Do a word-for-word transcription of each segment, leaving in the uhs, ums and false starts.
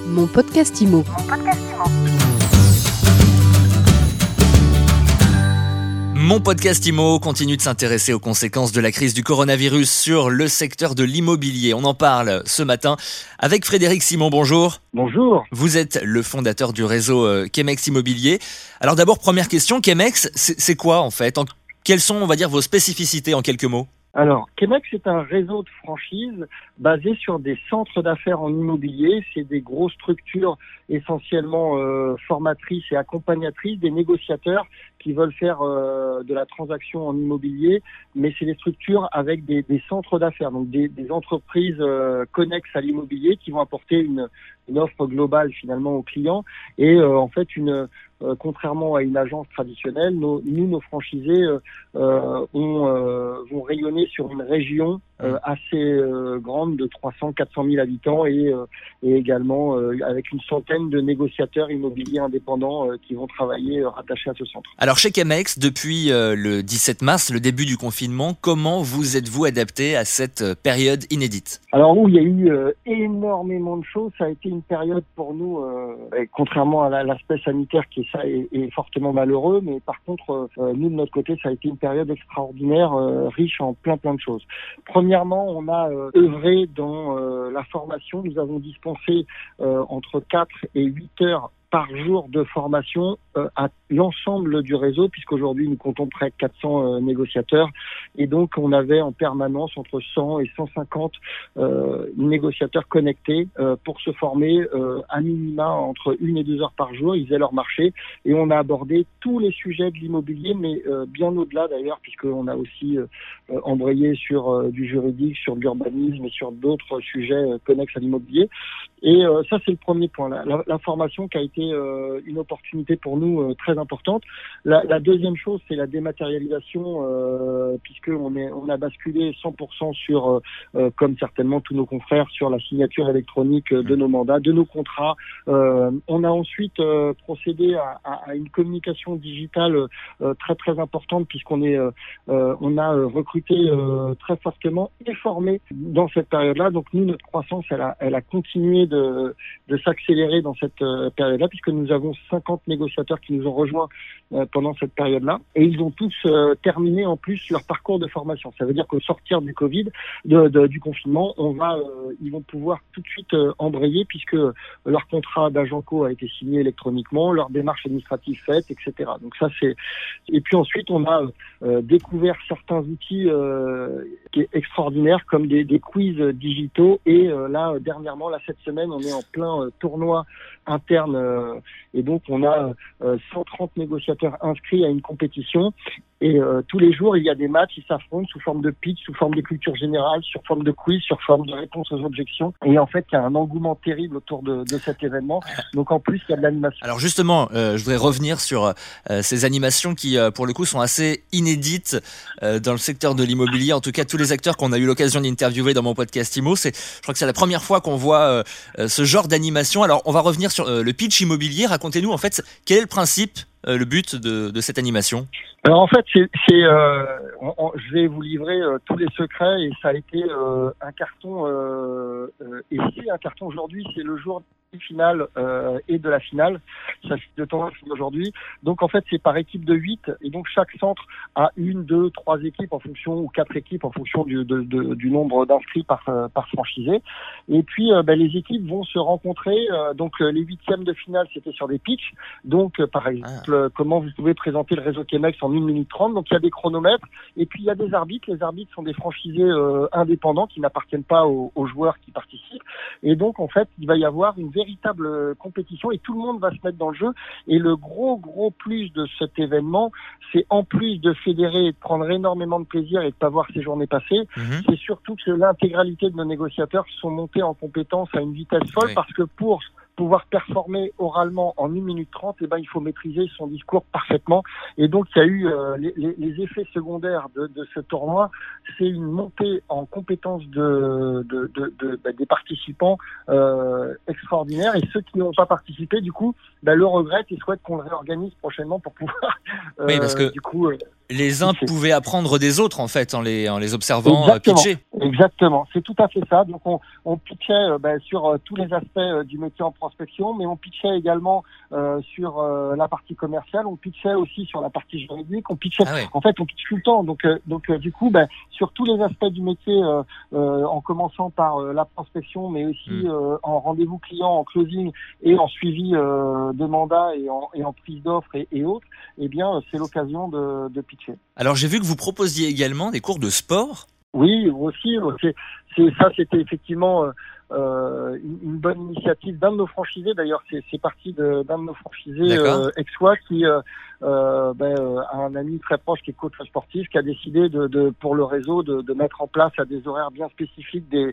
Mon podcast Imo. Mon podcast Imo continue de s'intéresser aux conséquences de la crise du coronavirus sur le secteur de l'immobilier. On en parle ce matin avec Frédéric Simon. Bonjour. Bonjour. Vous êtes le fondateur du réseau Chemex Immobilier. Alors d'abord, première question, Chemex, c'est, c'est quoi en fait ? en, Quelles sont, on va dire, vos spécificités en quelques mots ? Alors, Chemex, c'est un réseau de franchises basé sur des centres d'affaires en immobilier. C'est des grosses structures essentiellement euh, formatrices et accompagnatrices, des négociateurs qui veulent faire euh, de la transaction en immobilier, mais c'est des structures avec des, des centres d'affaires, donc des, des entreprises euh, connexes à l'immobilier qui vont apporter une, une offre globale finalement aux clients. Et euh, en fait, une Euh, contrairement à une agence traditionnelle, nos, nous, nos franchisés euh, euh, ont, euh, vont rayonner sur une région euh, assez euh, grande de trois cents à quatre cent mille habitants et, euh, et également euh, avec une centaine de négociateurs immobiliers indépendants euh, qui vont travailler euh, rattachés à ce centre. Alors chez Chemex, depuis euh, le dix-sept mars, le début du confinement, comment vous êtes-vous adapté à cette période inédite ? Alors oui, il y a eu euh, énormément de choses. Ça a été une période pour nous, euh, contrairement à la, l'aspect sanitaire qui est ça est, est fortement malheureux, mais par contre, euh, nous de notre côté, ça a été une période extraordinaire, euh, riche en plein plein de choses. Premièrement, on a euh, œuvré dans euh, la formation. Nous avons dispensé euh, entre quatre et huit heures par jour de formation euh, à l'ensemble du réseau, puisqu'aujourd'hui nous comptons près de quatre cents euh, négociateurs, et donc on avait en permanence entre cent et cent cinquante euh, négociateurs connectés euh, pour se former euh, à minima entre une et deux heures par jour. Ils faisaient leur marché et on a abordé tous les sujets de l'immobilier, mais euh, bien au-delà d'ailleurs, puisqu'on a aussi euh, embrayé sur euh, du juridique, sur l'urbanisme et sur d'autres sujets euh, connexes à l'immobilier. Et euh, ça, c'est le premier point, la, la, la formation qui a été euh, une opportunité pour nous euh, très importante. La, la deuxième chose, c'est la dématérialisation, euh, puisqu'on est, on a basculé cent pour cent sur, euh, euh, comme certainement tous nos confrères, sur la signature électronique de nos mandats, de nos contrats. Euh, on a ensuite euh, procédé à, à, à une communication digitale euh, très très importante, puisqu'on est, euh, euh, on a recruté euh, très fortement et formé dans cette période-là. Donc nous, notre croissance, elle a, elle a continué de, de s'accélérer dans cette euh, période-là, puisque nous avons cinquante négociateurs qui nous ont rejoints euh, pendant cette période-là, et ils ont tous euh, terminé en plus leur parcours de formation. Ça veut dire qu'au sortir du Covid, de, de, du confinement, on va, euh, ils vont pouvoir tout de suite euh, embrayer, puisque leur contrat d'agent co a été signé électroniquement, leur démarche administrative faite, et cetera. Donc ça c'est. Et puis ensuite, on a euh, découvert certains outils euh, qui est extraordinaires, comme des, des quiz digitaux, et euh, là dernièrement, là cette semaine, on est en plein euh, tournoi interne euh, et donc on a euh, cent trente négociateurs inscrits à une compétition et euh, tous les jours il y a des matchs, ils s'affrontent sous forme de pitch, sous forme de culture générale, sur forme de quiz, sur forme de réponse aux objections, et en fait il y a un engouement terrible autour de, de cet événement, donc en plus il y a de l'animation. Alors justement, euh, je voudrais revenir sur euh, ces animations qui euh, pour le coup sont assez inédites euh, dans le secteur de l'immobilier. En tout cas, tous les acteurs qu'on a eu l'occasion d'interviewer dans mon podcast Imo, c'est, je crois que c'est la première fois qu'on voit euh, ce genre d'animation. Alors on va revenir sur euh, le pitch immobilier. Racontez-nous en fait quel est le principe, euh, le but de, de cette animation. Alors en fait, c'est, c'est euh, on, on, je vais vous livrer euh, tous les secrets, et ça a été euh, un carton euh, euh, et c'est un carton aujourd'hui. C'est le jour finale euh, et de la finale. Ça fait de temps aujourd'hui. Donc en fait, c'est par équipe de huit, et donc chaque centre a une, deux, trois équipes en fonction, ou quatre équipes en fonction du, de, de, du nombre d'inscrits par par franchisé. Et puis euh, ben, les équipes vont se rencontrer. Euh, donc euh, les huitièmes de finale, c'était sur des pitchs. Donc euh, par exemple, ah. comment vous pouvez présenter le réseau Chemex en une minute trente. Donc il y a des chronomètres, et puis il y a des arbitres. Les arbitres sont des franchisés euh, indépendants qui n'appartiennent pas aux, aux joueurs qui participent. Et donc en fait, il va y avoir une véritable compétition, et tout le monde va se mettre dans le jeu. Et le gros gros plus de cet événement, c'est en plus de fédérer et de prendre énormément de plaisir et de pas voir ces journées passer, mmh. c'est surtout que l'intégralité de nos négociateurs sont montés en compétence à une vitesse folle, oui. Parce que pour pouvoir performer oralement en une minute trente, eh ben, il faut maîtriser son discours parfaitement. Et donc, il y a eu euh, les, les effets secondaires de, de ce tournoi. C'est une montée en compétences de, de, de, de, bah, des participants euh, extraordinaire. Et ceux qui n'ont pas participé, du coup, bah, le regrettent et souhaitent qu'on le réorganise prochainement pour pouvoir, euh, oui, parce que... du coup... Euh, Les uns pitcher. pouvaient apprendre des autres, en fait, en les, en les observant Exactement. pitcher. Exactement, c'est tout à fait ça. Donc on, on pitchait euh, ben, sur euh, tous les aspects euh, du métier en prospection, mais on pitchait également euh, sur euh, la partie commerciale, on pitchait aussi sur la partie juridique, on pitchait. Ah ouais. En fait, on pitche tout le temps. Donc, euh, donc euh, du coup, ben, sur tous les aspects du métier, euh, euh, en commençant par euh, la prospection, mais aussi Mm. euh, en rendez-vous client, en closing et en suivi euh, de mandat et en, et en prise d'offres et, et autres, eh bien, c'est l'occasion de, de pitcher. Alors, j'ai vu que vous proposiez également des cours de sport. Oui, aussi. C'est, c'est ça, c'était effectivement euh, euh, une, une bonne initiative d'un de nos franchisés. D'ailleurs, c'est, c'est parti de, d'un de nos franchisés euh, Aixois qui euh, euh, ben, euh, a un ami très proche qui est coach sportif, qui a décidé de, de pour le réseau de, de mettre en place à des horaires bien spécifiques des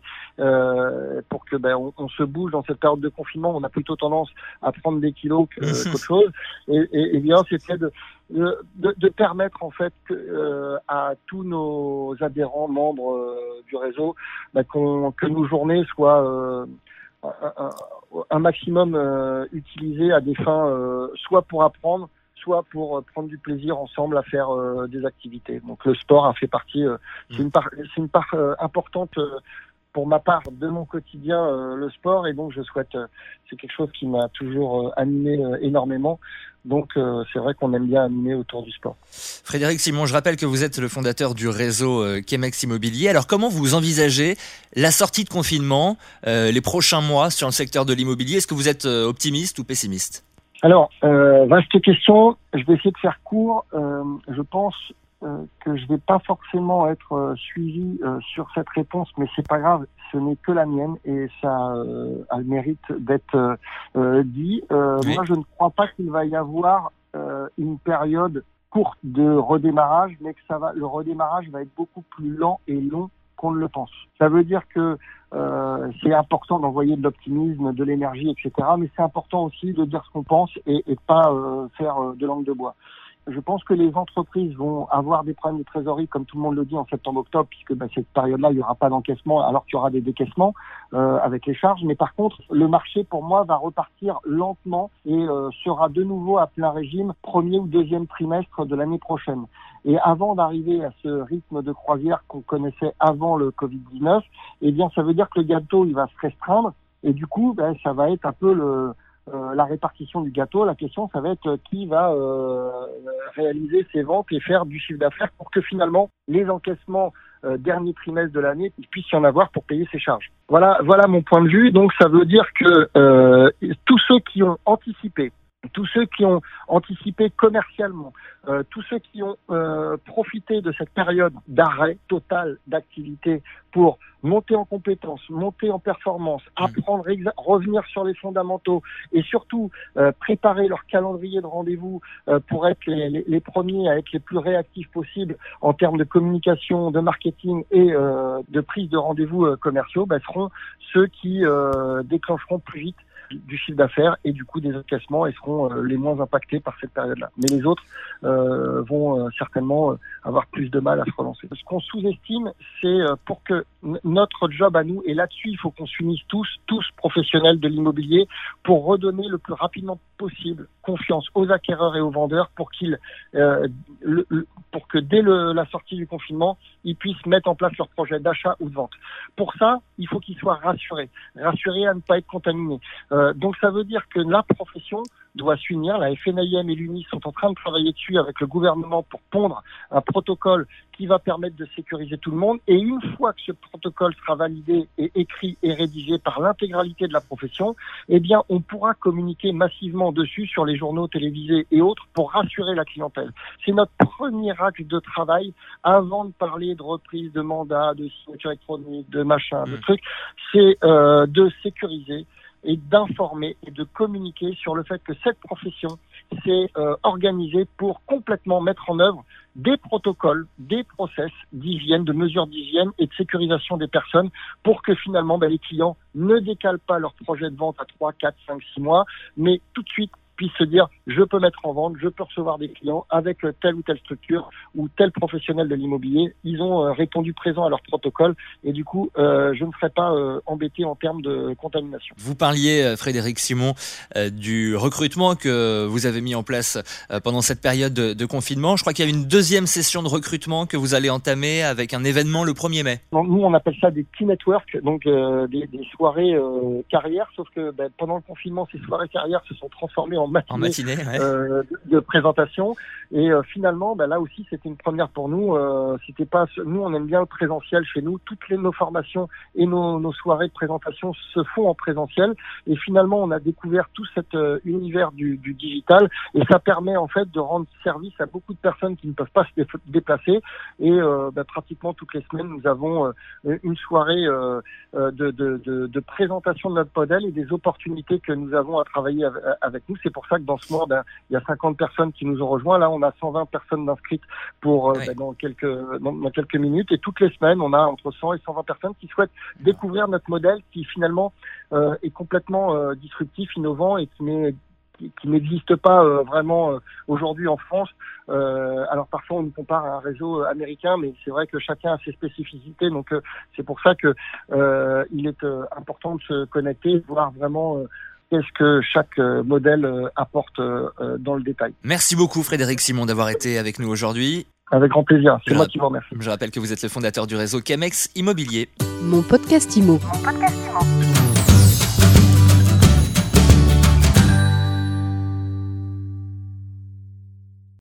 euh, pour que ben on, on se bouge dans cette période de confinement. On a plutôt tendance à prendre des kilos que, qu'autre chose. Et, et, et bien, c'était de De, de, de permettre en fait que, euh, à tous nos adhérents membres euh, du réseau bah, qu'on, que nos journées soient euh, un, un, un maximum euh, utilisées à des fins euh, soit pour apprendre, soit pour prendre du plaisir ensemble à faire euh, des activités. Donc le sport a fait partie, euh, c'est une part, c'est une part euh, importante euh, pour ma part de mon quotidien, euh, le sport, et donc je souhaite, euh, c'est quelque chose qui m'a toujours euh, animé euh, énormément. Donc euh, c'est vrai qu'on aime bien animer autour du sport. Frédéric Simon, je rappelle que vous êtes le fondateur du réseau euh, Chemex Immobilier. Alors comment vous envisagez la sortie de confinement, euh, les prochains mois sur le secteur de l'immobilier? Est-ce que vous êtes euh, optimiste ou pessimiste? Alors, euh, vaste question, je vais essayer de faire court. Euh, je pense euh, que je vais pas forcément être euh, suivi euh, sur cette réponse, mais c'est pas grave, ce n'est que la mienne et ça euh, a le mérite d'être euh, euh, dit. Euh, Oui. Moi, je ne crois pas qu'il va y avoir euh, une période courte de redémarrage, mais que ça va, le redémarrage va être beaucoup plus lent et long qu'on ne le pense. Ça veut dire que euh, c'est important d'envoyer de l'optimisme, de l'énergie, et cetera. Mais c'est important aussi de dire ce qu'on pense et, et pas euh, faire euh, de langue de bois. Je pense que les entreprises vont avoir des problèmes de trésorerie, comme tout le monde le dit en septembre-octobre, puisque bah, cette période-là, il n'y aura pas d'encaissement, alors qu'il y aura des décaissements euh, avec les charges. Mais par contre, le marché, pour moi, va repartir lentement et euh, sera de nouveau à plein régime premier ou deuxième trimestre de l'année prochaine. Et avant d'arriver à ce rythme de croisière qu'on connaissait avant le covid dix-neuf, eh bien, ça veut dire que le gâteau, il va se restreindre. Et du coup, ben, ça va être un peu le... Euh, la répartition du gâteau. La question, ça va être euh, qui va euh, réaliser ses ventes et faire du chiffre d'affaires pour que finalement les encaissements euh, dernier trimestre de l'année, il puisse y en avoir pour payer ses charges. Voilà, voilà mon point de vue. Donc ça veut dire que euh, tous ceux qui ont anticipé, tous ceux qui ont anticipé commercialement, euh, tous ceux qui ont euh, profité de cette période d'arrêt total d'activité pour monter en compétences, monter en performance, apprendre, exa- revenir sur les fondamentaux et surtout euh, préparer leur calendrier de rendez-vous euh, pour être les, les, les premiers à être les plus réactifs possibles en termes de communication, de marketing et euh, de prise de rendez-vous euh, commerciaux, bah, seront ceux qui euh, déclencheront plus vite du chiffre d'affaires et du coup des encaissements et seront euh, les moins impactés par cette période-là. Mais les autres euh, vont euh, certainement euh, avoir plus de mal à se relancer. Ce qu'on sous-estime, c'est euh, pour que n- notre job à nous, et là-dessus il faut qu'on s'unisse tous, tous professionnels de l'immobilier, pour redonner le plus rapidement possible confiance aux acquéreurs et aux vendeurs pour qu'ils, euh, le, le, pour que dès le, la sortie du confinement, ils puissent mettre en place leur projet d'achat ou de vente. Pour ça, il faut qu'ils soient rassurés, rassurés à ne pas être contaminés. Euh, donc ça veut dire que la profession doit s'unir. La F N A I M et l'U N I sont en train de travailler dessus avec le gouvernement pour pondre un protocole qui va permettre de sécuriser tout le monde. Et une fois que ce protocole sera validé et écrit et rédigé par l'intégralité de la profession, eh bien, on pourra communiquer massivement dessus sur les journaux télévisés et autres pour rassurer la clientèle. C'est notre premier axe de travail avant de parler de reprise de mandat, de signature électronique, de machin, de trucs. C'est euh, de sécuriser et d'informer et de communiquer sur le fait que cette profession s'est euh, organisée pour complètement mettre en œuvre des protocoles, des process d'hygiène, de mesures d'hygiène et de sécurisation des personnes pour que finalement ben, les clients ne décalent pas leur projet de vente à trois, quatre, cinq, six mois, mais tout de suite puissent se dire je peux mettre en vente, je peux recevoir des clients avec telle ou telle structure ou tel professionnel de l'immobilier. Ils ont euh, répondu présent à leur protocole et du coup, euh, je ne serai pas euh, embêté en termes de contamination. Vous parliez, Frédéric Simon, euh, du recrutement que vous avez mis en place euh, pendant cette période de, de confinement. Je crois qu'il y a une deuxième session de recrutement que vous allez entamer avec un événement le premier mai. Donc, nous, on appelle ça des key networks, donc euh, des, des soirées euh, carrières, sauf que ben, pendant le confinement, ces soirées carrières se sont transformées en matinée, en matinée ouais. euh, de, de présentation. Et euh, finalement, ben, là aussi, c'était une première pour nous. Euh, c'était pas, nous, on aime bien le présentiel chez nous. Toutes les nos formations et nos, nos soirées de présentation se font en présentiel. Et finalement, on a découvert tout cet euh, univers du, du digital. Et ça permet en fait de rendre service à beaucoup de personnes qui ne peuvent pas se dé- déplacer. Et euh, ben, pratiquement toutes les semaines, nous avons euh, une soirée euh, de, de, de, de présentation de notre modèle et des opportunités que nous avons à travailler avec, avec nous. C'est pour ça que dans ce mois, ben, il y a cinquante personnes qui nous ont rejoints. Là, on a cent vingt personnes inscrites pour euh, oui. ben, dans quelques dans, dans quelques minutes. Et toutes les semaines, on a entre cent et cent vingt personnes qui souhaitent découvrir notre modèle qui finalement euh, est complètement euh, disruptif, innovant et qui n'est qui, qui n'existe pas euh, vraiment euh, aujourd'hui en France. Euh, alors parfois on nous compare à un réseau américain, mais c'est vrai que chacun a ses spécificités. Donc euh, c'est pour ça que euh, il est euh, important de se connecter, voir vraiment euh, qu'est-ce que chaque euh, modèle euh, apporte euh, dans le détail. Merci beaucoup Frédéric Simon d'avoir été avec nous aujourd'hui. Avec grand plaisir, c'est je moi rapp- qui vous remercie. Je rappelle que vous êtes le fondateur du réseau Camex Immobilier. Mon podcast Immo. Mon podcast Immo.